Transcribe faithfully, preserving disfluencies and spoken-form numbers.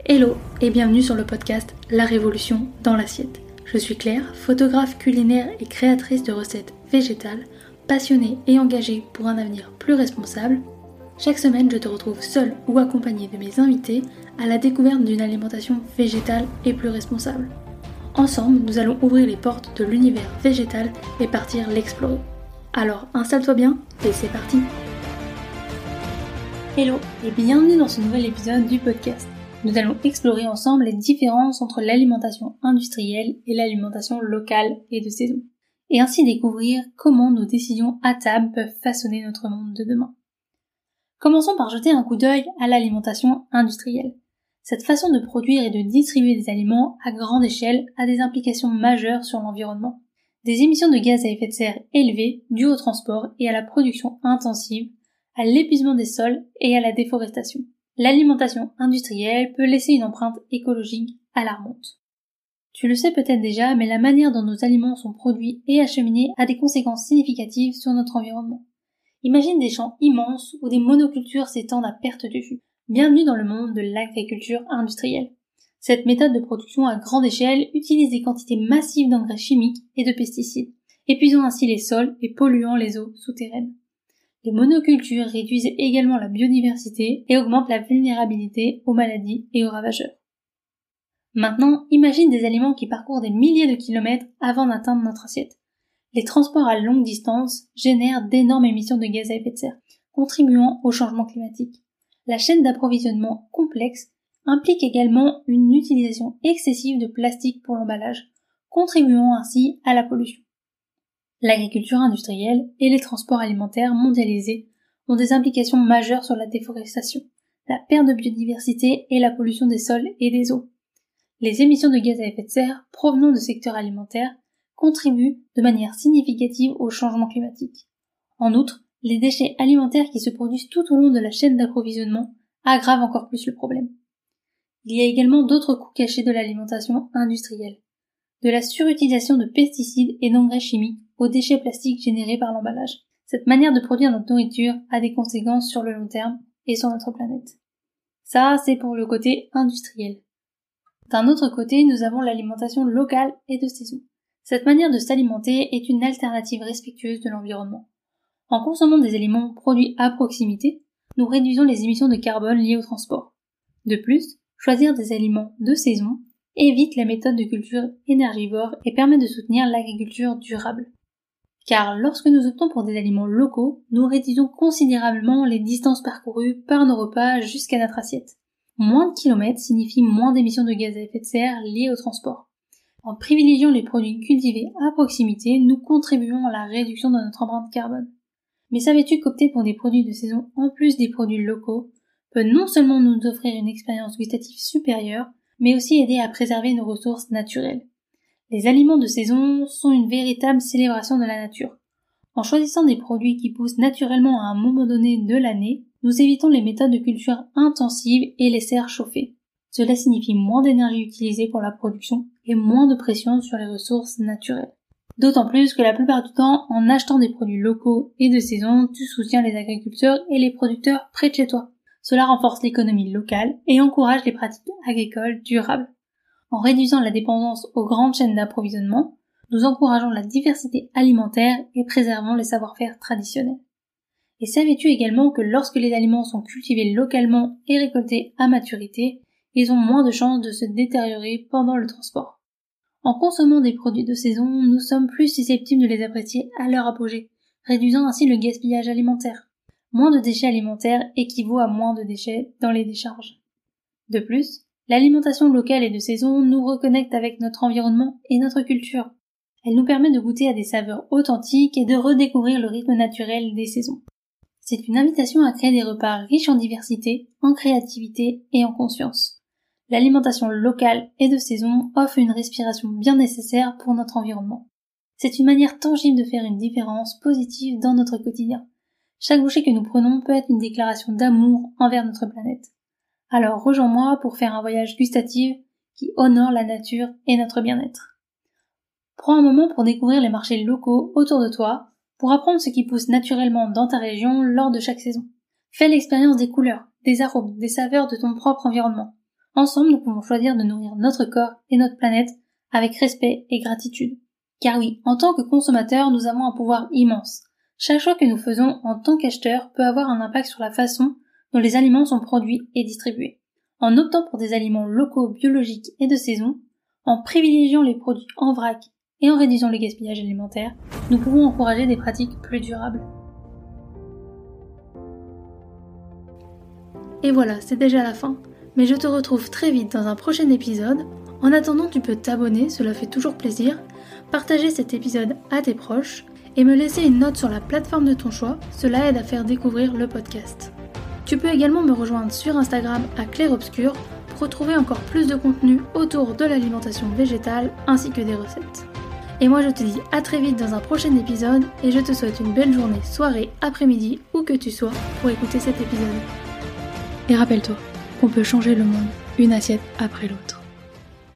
Hello et bienvenue sur le podcast La Révolution dans l'assiette. Je suis Claire, photographe culinaire et créatrice de recettes végétales, passionnée et engagée pour un avenir plus responsable. Chaque semaine, je te retrouve seule ou accompagnée de mes invités à la découverte d'une alimentation végétale et plus responsable. Ensemble, nous allons ouvrir les portes de l'univers végétal et partir l'explorer. Alors installe-toi bien et c'est parti! Hello et bienvenue dans ce nouvel épisode du podcast. Nous allons explorer ensemble les différences entre l'alimentation industrielle et l'alimentation locale et de saison, et ainsi découvrir comment nos décisions à table peuvent façonner notre monde de demain. Commençons par jeter un coup d'œil à l'alimentation industrielle. Cette façon de produire et de distribuer des aliments à grande échelle a des implications majeures sur l'environnement. Des émissions de gaz à effet de serre élevées dues au transport et à la production intensive, à l'épuisement des sols et à la déforestation. L'alimentation industrielle peut laisser une empreinte écologique alarmante. Tu le sais peut-être déjà, mais la manière dont nos aliments sont produits et acheminés a des conséquences significatives sur notre environnement. Imagine des champs immenses où des monocultures s'étendent à perte de vue. Bienvenue dans le monde de l'agriculture industrielle. Cette méthode de production à grande échelle utilise des quantités massives d'engrais chimiques et de pesticides, épuisant ainsi les sols et polluant les eaux souterraines. Les monocultures réduisent également la biodiversité et augmentent la vulnérabilité aux maladies et aux ravageurs. Maintenant, imagine des aliments qui parcourent des milliers de kilomètres avant d'atteindre notre assiette. Les transports à longue distance génèrent d'énormes émissions de gaz à effet de serre, contribuant au changement climatique. La chaîne d'approvisionnement complexe implique également une utilisation excessive de plastique pour l'emballage, contribuant ainsi à la pollution. L'agriculture industrielle et les transports alimentaires mondialisés ont des implications majeures sur la déforestation, la perte de biodiversité et la pollution des sols et des eaux. Les émissions de gaz à effet de serre provenant du secteur alimentaire contribuent de manière significative au changement climatique. En outre, les déchets alimentaires qui se produisent tout au long de la chaîne d'approvisionnement aggravent encore plus le problème. Il y a également d'autres coûts cachés de l'alimentation industrielle, de la surutilisation de pesticides et d'engrais chimiques aux déchets plastiques générés par l'emballage. Cette manière de produire notre nourriture a des conséquences sur le long terme et sur notre planète. Ça, c'est pour le côté industriel. D'un autre côté, nous avons l'alimentation locale et de saison. Cette manière de s'alimenter est une alternative respectueuse de l'environnement. En consommant des aliments produits à proximité, nous réduisons les émissions de carbone liées au transport. De plus, choisir des aliments de saison évite les méthodes de culture énergivores et permet de soutenir l'agriculture durable. Car lorsque nous optons pour des aliments locaux, nous réduisons considérablement les distances parcourues par nos repas jusqu'à notre assiette. Moins de kilomètres signifie moins d'émissions de gaz à effet de serre liées au transport. En privilégiant les produits cultivés à proximité, nous contribuons à la réduction de notre empreinte carbone. Mais savais-tu qu'opter pour des produits de saison en plus des produits locaux peut non seulement nous offrir une expérience gustative supérieure, mais aussi aider à préserver nos ressources naturelles. Les aliments de saison sont une véritable célébration de la nature. En choisissant des produits qui poussent naturellement à un moment donné de l'année, nous évitons les méthodes de culture intensives et les serres chauffées. Cela signifie moins d'énergie utilisée pour la production et moins de pression sur les ressources naturelles. D'autant plus que la plupart du temps, en achetant des produits locaux et de saison, tu soutiens les agriculteurs et les producteurs près de chez toi. Cela renforce l'économie locale et encourage les pratiques agricoles durables. En réduisant la dépendance aux grandes chaînes d'approvisionnement, nous encourageons la diversité alimentaire et préservons les savoir-faire traditionnels. Et savais-tu également que lorsque les aliments sont cultivés localement et récoltés à maturité, ils ont moins de chances de se détériorer pendant le transport. En consommant des produits de saison, nous sommes plus susceptibles de les apprécier à leur apogée, réduisant ainsi le gaspillage alimentaire. Moins de déchets alimentaires équivaut à moins de déchets dans les décharges. De plus, l'alimentation locale et de saison nous reconnecte avec notre environnement et notre culture. Elle nous permet de goûter à des saveurs authentiques et de redécouvrir le rythme naturel des saisons. C'est une invitation à créer des repas riches en diversité, en créativité et en conscience. L'alimentation locale et de saison offre une respiration bien nécessaire pour notre environnement. C'est une manière tangible de faire une différence positive dans notre quotidien. Chaque bouchée que nous prenons peut être une déclaration d'amour envers notre planète. Alors rejoins-moi pour faire un voyage gustatif qui honore la nature et notre bien-être. Prends un moment pour découvrir les marchés locaux autour de toi, pour apprendre ce qui pousse naturellement dans ta région lors de chaque saison. Fais l'expérience des couleurs, des arômes, des saveurs de ton propre environnement. Ensemble, nous pouvons choisir de nourrir notre corps et notre planète avec respect et gratitude. Car oui, en tant que consommateurs, nous avons un pouvoir immense. Chaque choix que nous faisons en tant qu'acheteurs peut avoir un impact sur la façon dont les aliments sont produits et distribués. En optant pour des aliments locaux, biologiques et de saison, en privilégiant les produits en vrac et en réduisant le gaspillage alimentaire, nous pouvons encourager des pratiques plus durables. Et voilà, c'est déjà la fin. Mais je te retrouve très vite dans un prochain épisode. En attendant, tu peux t'abonner, cela fait toujours plaisir, partager cet épisode à tes proches et me laisser une note sur la plateforme de ton choix, cela aide à faire découvrir le podcast. Tu peux également me rejoindre sur Instagram à Clairobscur pour retrouver encore plus de contenu autour de l'alimentation végétale ainsi que des recettes. Et moi je te dis à très vite dans un prochain épisode et je te souhaite une belle journée, soirée, après-midi, où que tu sois pour écouter cet épisode. Et rappelle-toi qu'on peut changer le monde une assiette après l'autre.